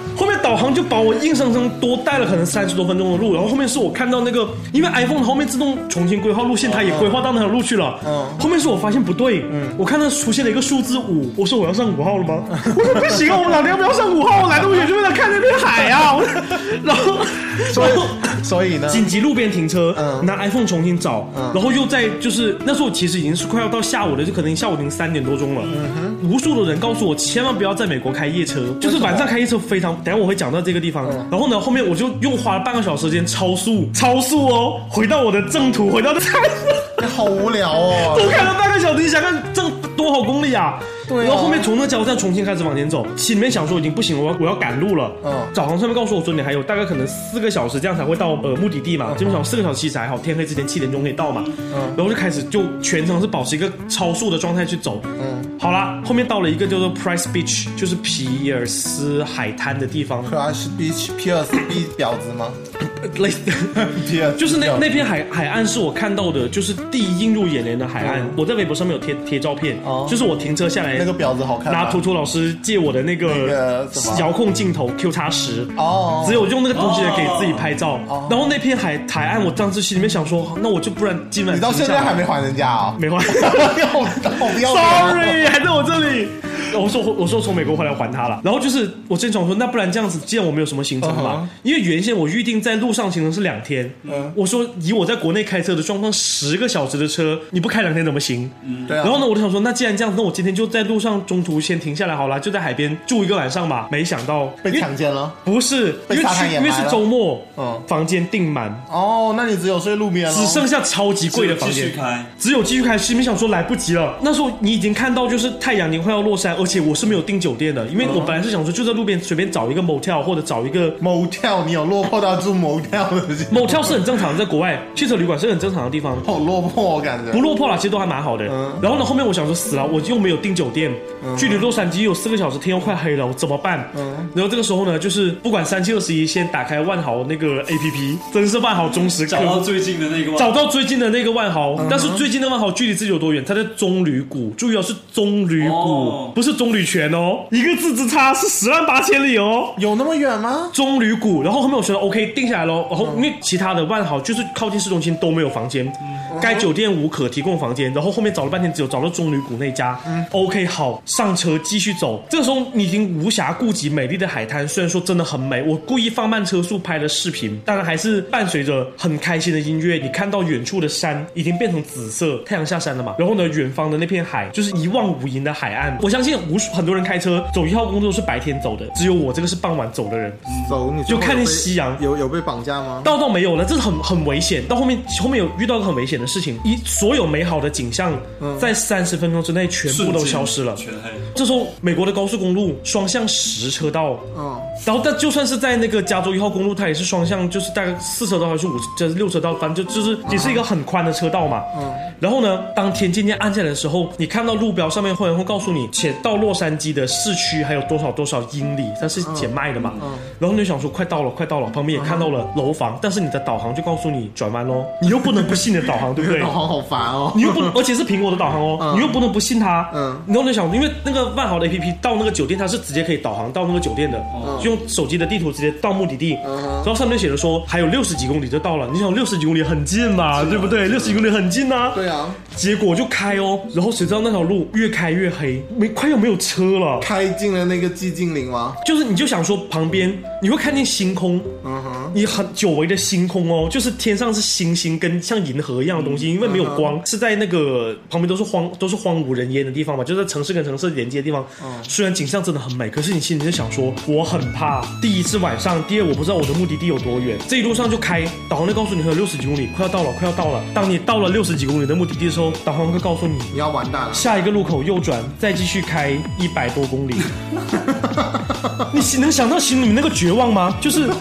后面导航就把我硬生生多带了可能30多分钟的路，然后后面是我看到那个，因为 iPhone 后面自动重新规划路线，它也规划到那条路去了。后面是我发现不对，我看到出现了一个数字5，我说我要上5号了吗？我说不行啊，我们老娘不要上5号，我来那么远就为了看那片海啊！然后所以呢， 紧急路边停车，拿 iPhone 重新找，然后又在就是那时候其实已经是快要到下午了，就可能下午已经3点多钟了。无数的人告诉我千万不要在美国开夜车，就是晚上开夜车非常，等一下我会讲到这个地方。然后呢，后面我就又花了半个小时时间超速哦，回到我的正途，回到那。 好无聊哦！ 多开了半个小时，你想看这多少公里啊？ 对、 然后后面从那加油站重新开始往前走，心里面想说已经不行了，我要赶路了。导航上面告诉我说你还有大概可能4个小时这样才会到目的地嘛，基本上4个小时其实还好，天黑之前7点钟可以到嘛。然后就开始就全程是保持一个超速的状态去走。好啦，后面到了一个叫做 Price Beach， 就是皮尔斯海滩的地方。 Price Beach， 皮尔斯 B 婊子吗？ 类似，就是那片海岸是我看到的，就是第一映入眼帘的海岸。我在微博上面有贴照片，就是我停车下来， 那个婊子好看， 拿图图老师借我的那个遥控镜头 Q-10，只有用那个东西给自己拍照。然后那片海岸，我当时心里面想说，那我就不然今晚你到现在还没还人家啊？ 没还， 我不要 ，Sorry， 还在我这里。我说从美国回来还他了，然后就是我正想说，那不然这样子，既然我没有什么行程嘛，因为原先我预定在路上行程是2天，我说以我在国内开车的状况，10个小时的车，你不开2天怎么行？ 对啊。 然后呢，我就想说，那既然这样子，那我今天就在路上中途先停下来好了，就在海边住1个晚上吧。没想到被强奸了？ 不是，因为是周末，房间订满。 哦，那你只有睡路边了， 只剩下超级贵的房间，只有继续开，心里想说来不及了。那时候你已经看到就是太阳已经快要落山。而且我是没有订酒店的，因为我本来是想说就在路边随便找一个 motel 或者找一个 motel， 你有落魄到住 motel 的 ？motel 是很正常的，在国外汽车旅馆是很正常的地方。 好落魄，我感觉不落魄啦，其实都还蛮好的。然后呢，后面我想说死了，我又没有订酒店，距离洛杉矶有4个小时，天又快黑了，我怎么办？然后这个时候呢，就是不管3721，先打开万豪那个 APP， 真是万豪忠实客户， 找到最近的那个万豪，但是最近的万豪距离自己有多远？它在棕榈谷，注意哦，是棕榈谷，不是棕榈泉哦，一个字之差是108000里哦， 有那么远吗？ 棕榈谷，然后后面我觉得 OK 定下来咯，然后因为其他的万豪就是靠近市中心都没有房间，该酒店无可提供房间，然后后面找了半天只有找到棕榈谷那家，OK 好，上车继续走。这个时候你已经无暇顾及美丽的海滩，虽然说真的很美，我故意放慢车速拍了视频，当然还是伴随着很开心的音乐。你看到远处的山已经变成紫色，太阳下山了嘛，然后呢远方的那片海就是一望无垠的海岸。我相信很多人开车走1号公路都是白天走的，只有我这个是傍晚走的人， 你就看见夕阳。 有被绑架吗？ 倒没有了，这是很危险。到后面有遇到一个很危险的事情，所有美好的景象在30分钟之内全部都消失了， 全黑。 这时候美国的高速公路双向10车道，然后但就算是在那个加州1号公路，它也是双向，就是大概4车道还是6车道，反正就是也是一个很宽的车道嘛。然后呢，当天渐渐暗下来的时候，你看到路标上面会告诉你，且到洛杉矶的市区还有多少英里，它是写卖的嘛。然后你就想说快到了，旁边也看到了楼房，但是你的导航就告诉你转弯咯，你又不能不信你的导航，对不对？ 导航好烦哦， 你又不，而且是苹果的导航哦，你又不能不信它。然后你想，因为那个万豪的 APP 到那个酒店，它是直接可以导航到那个酒店的，就用手机的地图直接到目的地。然后上面写的说还有60几公里就到了，你想60几公里很近嘛，对不对？60几公里很近啊。 对啊。 结果就开哦，然后谁知道那条路越开越黑，快要没有车了。 开进了那个寂静岭吗？ 就是你就想说旁边你会看见星空，你很久违的星空哦，就是天上是星星跟像银河一样的东西，因为没有光，是在那个旁边都是荒无人烟的地方嘛，就是在城市跟城市连接的地方。虽然景象真的很美，可是你心里就想说我很怕，第一是晚上，第二我不知道我的目的地有多远。这一路上就开，导航会告诉你还有60几公里，快要到了。当你到了60几公里的目的地的时候，导航会告诉你你要完蛋了， 下一个路口右转，再继续开100多公里。你能想到心里面那个绝望吗？就是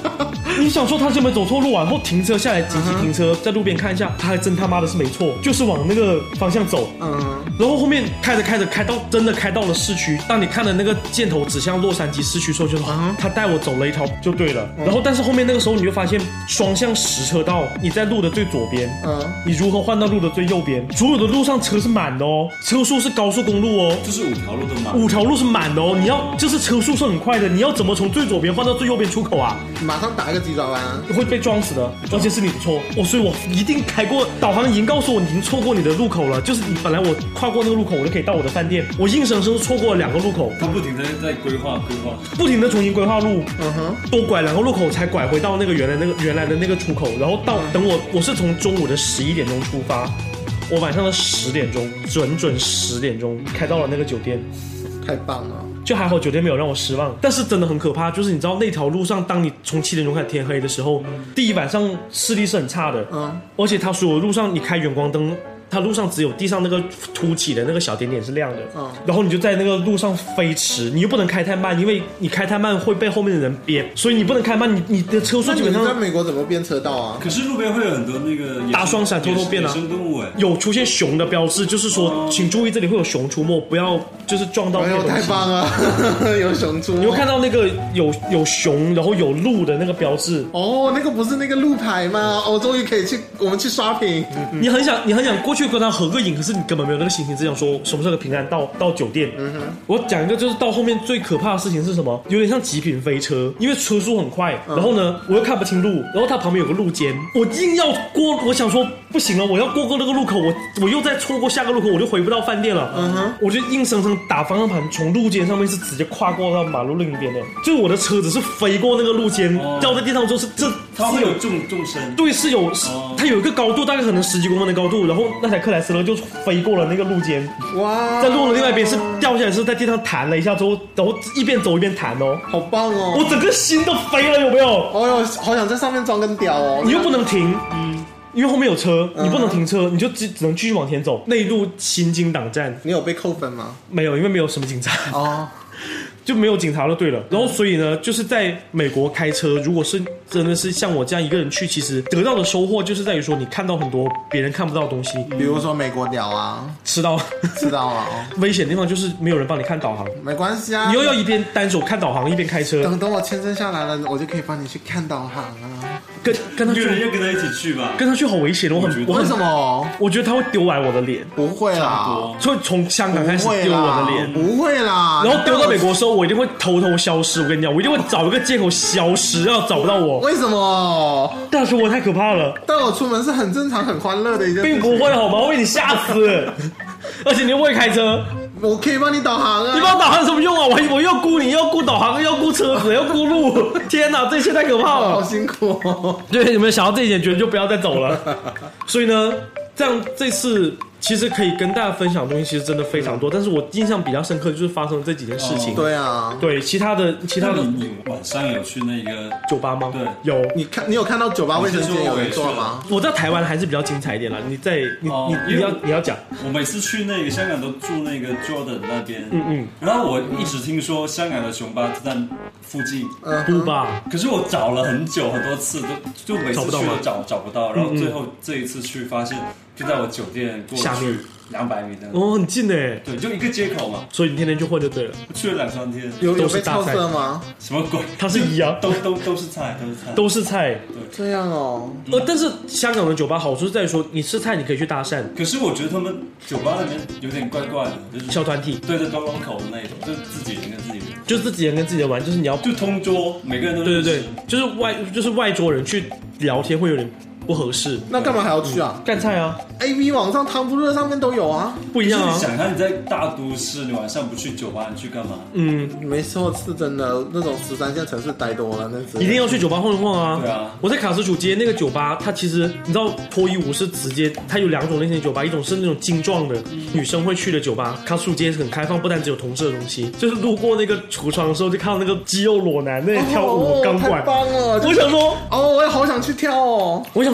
你想说他有没有走错路啊？然后停车下来，紧急停车，在路边看一下，他还真他妈的是没错，就是往那个方向走。然后后面开到真的开到了市区。当你看的那个箭头指向洛杉矶市区的时候，就说他带我走了一条就对了。然后但是后面那个时候你就发现双向10车道，你在路的最左边，你如何换到路的最右边？所有的路上车是满的哦，车速是高速公路哦， 就是5条路都满 ，5条路是满的哦。你要就是车速是很快的，你要怎么从最左边换到最右边出口啊？ 马上打一个急转弯啊， 会被撞死的，而且是你的错。所以我一定开过，导航已经告诉我你已经错过你的路口了。就是你本来我跨过那个路口，我就可以到我的饭店，我硬生生错过了2个路口。 他不停的在规划， 不停的重新规划路，多拐2个路口才拐回到那个原来的那个出口。然后等我是从中午的11点钟出发，我晚上的10点钟，准10点钟开到了那个酒店， 太棒了。 就还好酒店没有让我失望，但是真的很可怕。就是你知道那条路上，当你从7点钟开始天黑的时候，第一晚上视力是很差的，而且它所有路上你开远光灯，它路上只有地上那个凸起的那个小点点是亮的，然后你就在那个路上飞驰，你又不能开太慢，因为你开太慢会被后面的人憋，所以你不能开慢，你的车速基本上。 那你在美国怎么变车道啊？ 可是路边会有很多那个大双闪偷偷变啊， 野生动物有出现熊的标志，就是说请注意这里会有熊出没，不要就是撞到那个东西。 太棒了，有熊出没。 你会看到那个有熊，然后有鹿的那个标志。 哦，那个不是那个路牌吗？哦，终于可以我们去刷屏。 你很想过去跟他合个影，可是你根本没有那个心情，只想说什么时候平安到酒店。我讲一个，就是到后面最可怕的事情是什么？有点像极品飞车，因为车速很快，然后呢我又看不清路，然后它旁边有个路肩，我硬要过，我想说不行了，我要过那个路口，我又再错过下个路口，我就回不到饭店了。我就硬生生打方向盘，从路肩上面是直接跨过到马路另一边的，就是我的车子是飞过那个路肩，掉在地上之后它会有重深， 对，是有，它有一个高度，大概可能10几公分的高度，然后那台克莱斯勒就飞过了那个路肩，哇，在路的另外一边是掉下来，是在地上弹了一下之后，然后一边走一边弹哦， 好棒哦， 我整个心都飞了，有没有？ 哦哟，好想在上面装根屌哦， 你又不能停，因为后面有车，你不能停车，你就只能继续往前走，内路心惊胆战。 你有被扣分吗？ 没有，因为没有什么警察哦。就没有警察就对了。然后所以呢，就是在美国开车，如果是真的是像我这样一个人去，其实得到的收获就是在于说，你看到很多别人看不到的东西， 比如说美国鸟啊， 吃到啊。 危险的地方就是没有人帮你看导航， 没关系啊， 你又要一边单手看导航一边开车。 等我签证下来了，我就可以帮你去看导航啊。 跟他去， 要跟他一起去吧。 跟他去好危险，我为什么？ 我觉得他会丢完我的脸。 不会啦， 会从香港开始丢我的脸。 不会啦。 然后丢到美国的时候，我一定会偷消失。我跟你讲，我一定会找一个借口消失，要找不到我。 为什么？ 大叔，我太可怕了。 带我出门是很正常、很欢乐的一件事情。 并不会好吗？我被你吓死。而且你又不会开车。 我可以帮你导航啊！ 你帮我导航有什么用啊？我又顾你，又顾导航，又顾车子，又顾路。天哪，这一切太可怕了！ 好辛苦哦。 对，你们想到这一点，绝对就不要再走了。所以呢，这次其实可以跟大家分享的东西其实真的非常多，但是我印象比较深刻的就是发生这几件事情。 对啊， 对，其他的。 你晚上有去那个酒吧吗？ 对， 有。 你有看到酒吧卫生间有人做吗？ 我在台湾还是比较精彩一点啦。你要讲。 我每次去那个香港都住那个 Jordan 那边，然后我一直听说香港的熊吧就在附近， 不吧？ 可是我找了很久很多次，就每次去都找不到，然后最后这一次去发现就在我酒店过去200米的。 哦，很近诶。 对，就一个街口嘛。 所以你天天去混就对了。 去了2-3天。 有被套色吗？ 什么鬼？ 它是一啊， 都是菜， 都是菜。 对， 这样哦。 但是香港的酒吧好处是在于说，你吃菜你可以去搭讪。 可是我觉得他们酒吧那边有点怪怪的，就是小团体。 对，都龙口的那种，就是自己人跟自己人。 就是自己人跟自己人玩，就是你要就同桌，每个人都对，就是外桌人去聊天会有点不合适。 那干嘛还要去啊？ 干菜啊 ！AV 网上汤不热上面都有啊， 不一样啊。 你想看你在大都市，你晚上不去酒吧，你去干嘛？ 没错，是真的。那种13线城市待多了，那一定要去酒吧晃一晃啊。 对啊， 我在卡斯楚街那个酒吧，它其实你知道脱衣舞是直接，它有2种类型的酒吧，一种是那种精壮的女生会去的酒吧。卡斯楚街是很开放，不但只有同志的东西，就是路过那个橱窗的时候，就看到那个肌肉裸男那跳舞钢管， 太棒了！ 我想说， 我也好想去跳哦。 我想说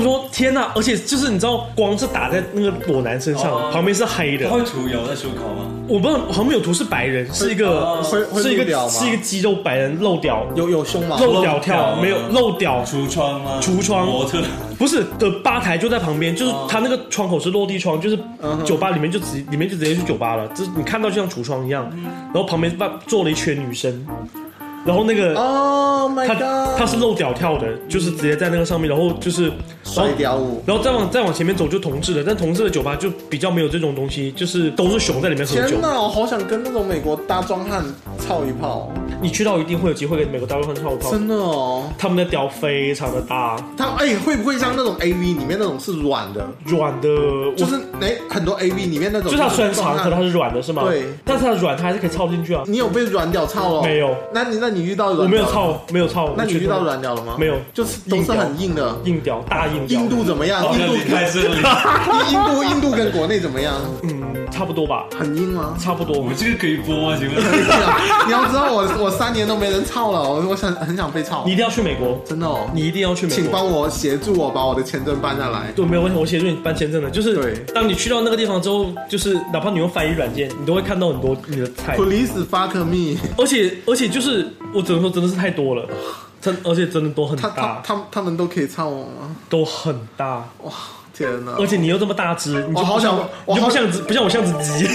说天哪，而且就是你知道，光是打在那个裸男身上，旁边是黑的。 他会涂油在胸口吗？ 我不知道，好像没有涂，是白人，是一个是一个肌肉白人露屌， 有胸毛， 露屌跳，没有露屌， 橱窗吗？ 橱窗模特不是的，吧台就在旁边，就是他那个窗口是落地窗，就是酒吧里面就直接是酒吧了，就是你看到就像橱窗一样，然后旁边坐了一圈女生。然后那个 ，Oh my God， 他是露屌跳的，就是直接在那个上面，然后就是甩屌舞， 然后再往前面走就同志的，但同志的酒吧就比较没有这种东西，就是都是熊在里面喝酒。 天哪，我好想跟那种美国大壮汉操一炮。 你去到一定会有机会跟美国大壮汉操一炮。 真的哦， 他们的屌非常的大。 会不会像那种 AV 里面那种是软的？ 软的， 就是很多 AV 里面那种， 就是它虽然长，可它是软的，是吗？ 对， 但是它软，它还是可以操进去啊。 你有被软屌操了？ 没有。 那你遇到软屌？ 我没有操。 那你遇到软屌了吗？ 没有， 就是都是很硬的硬屌，大硬屌。 硬度怎么样？硬度开始硬度跟国内怎么样？ 差不多吧。 很硬吗？ 差不多。 我们这个可以播吗？请问？ 你要知道我3年都没人操了，我很想被操。 你一定要去美国， 真的哦！ 你一定要去美国， 请帮我协助我把我的签证办下来。 对，没有问题，我协助你办签证的。就是当你去到那个地方之后，就是哪怕你用翻译软件，你都会看到很多你的菜。 Please fuck me！ 而且就是我只能说真的是太多了，而且真的都很大。 他们都可以操我吗？ 都很大哇！ 天哪！ 而且你又这么大只，你就不像我像只鸡，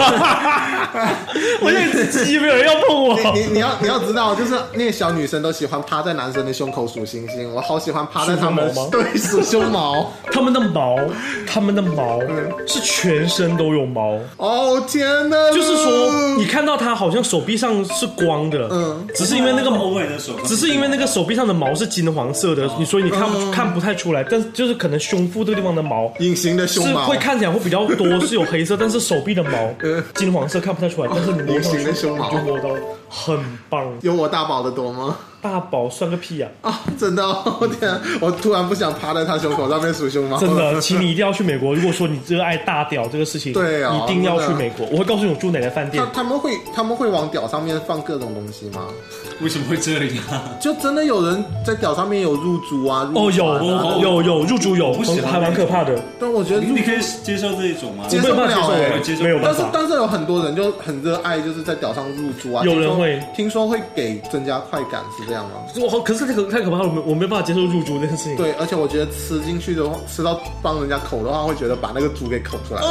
我像只鸡，没有人要碰我。 你要知道，就是那些小女生都喜欢趴在男生的胸口数星星，我好喜欢趴在他们对数胸毛， 他们的毛是全身都有毛。 哦天哪！ 就是说你看到他好像手臂上是光的，只是因为那个手臂上的毛是金黄色的，所以你看不太出来，但是就是可能胸部这个地方的毛， 隐形的胸毛是会看起来会比较多，是有黑色，但是手臂的毛金黄色看不太出来，但是你摸上去就摸到，很棒。 有我大宝的多吗？ 大宝算个屁啊！ 真的哦，天啊！我突然不想趴在他胸口上面数胸毛。 真的，请你一定要去美国。如果说你热爱大屌这个事情， 对啊， 一定要去美国。我会告诉你我住哪个饭店。 他们会往屌上面放各种东西吗？ 为什么会这样？ 就真的有人在屌上面有入珠啊？ 有入珠有，还蛮可怕的。 但我觉得你可以接受这一种吗？ 接受不了没有办法。 但是有很多人就很热爱，就是在屌上入珠啊。 有人会听说会给增加快感，是这样吗？ 可是太可怕了，我没办法接受入珠这件事情。 对，而且我觉得吃进去的话，吃到帮人家口的话，会觉得把那个珠给口出来。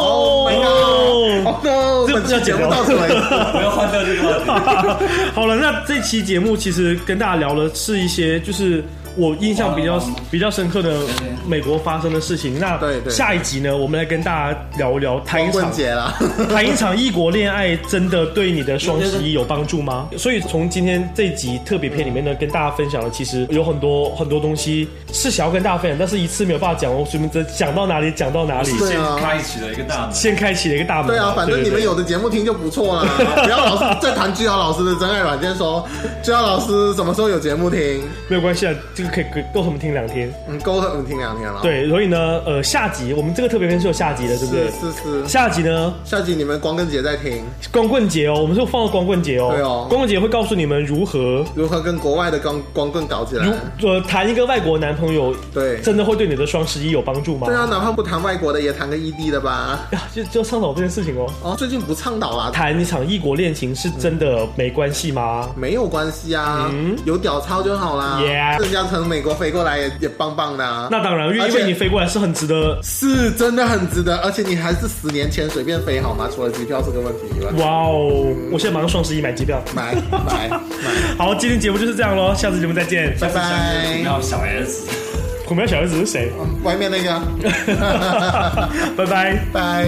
Oh my god！ no！ 这个要剪掉， 我要换掉这个话题。 好了，那这期节目其实跟大家聊的是一些就是我印象比较深刻的美国发生的事情。那下一集呢，我们来跟大家聊一聊谈一场异国恋爱，真的对你的双11有帮助吗？所以从今天这一集特别篇里面呢，跟大家分享的其实有很多东西是想要跟大家分享，但是一次没有办法讲，我随便讲到哪里讲到哪里。 对啊， 先开启了一个大门。 对啊，反正你们有的节目听就不错了。不要老是在谈居豪老师的真爱软件，说居豪老师什么时候有节目听？ 没有关系啊。这个可以够他们听2天， 够他们听2天了。 对，所以呢，下集我们这个特别篇是有下集的，对不对？ 是。 下集呢？ 下集你们光棍节在听。 光棍节哦，我们是放到光棍节哦。 对哦， 光棍节会告诉你们如何跟国外的光棍搞起来。 谈一个外国男朋友， 对， 真的会对你的双11有帮助吗？ 对啊，哪怕不谈外国的，也谈个异地的吧。 就倡导这件事情哦。 最近不倡导啦。 谈一场异国恋情是真的没关系吗？ 没有关系啊，有屌操就好啦。人家从美国飞过来也棒棒的啊。 那当然，因为你飞过来是很值得， 是真的很值得，而且你还是10年前随便飞好吗？除了机票这个问题以外。 哇哦！我现在马上双11买机票， 买。 好，今天节目就是这样咯，下次节目再见， 拜拜。 苦苗小 S， 苦苗小 S 是谁？ 外面那个。 拜拜拜。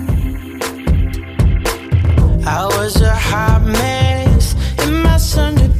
I was a hot mess in my Sunday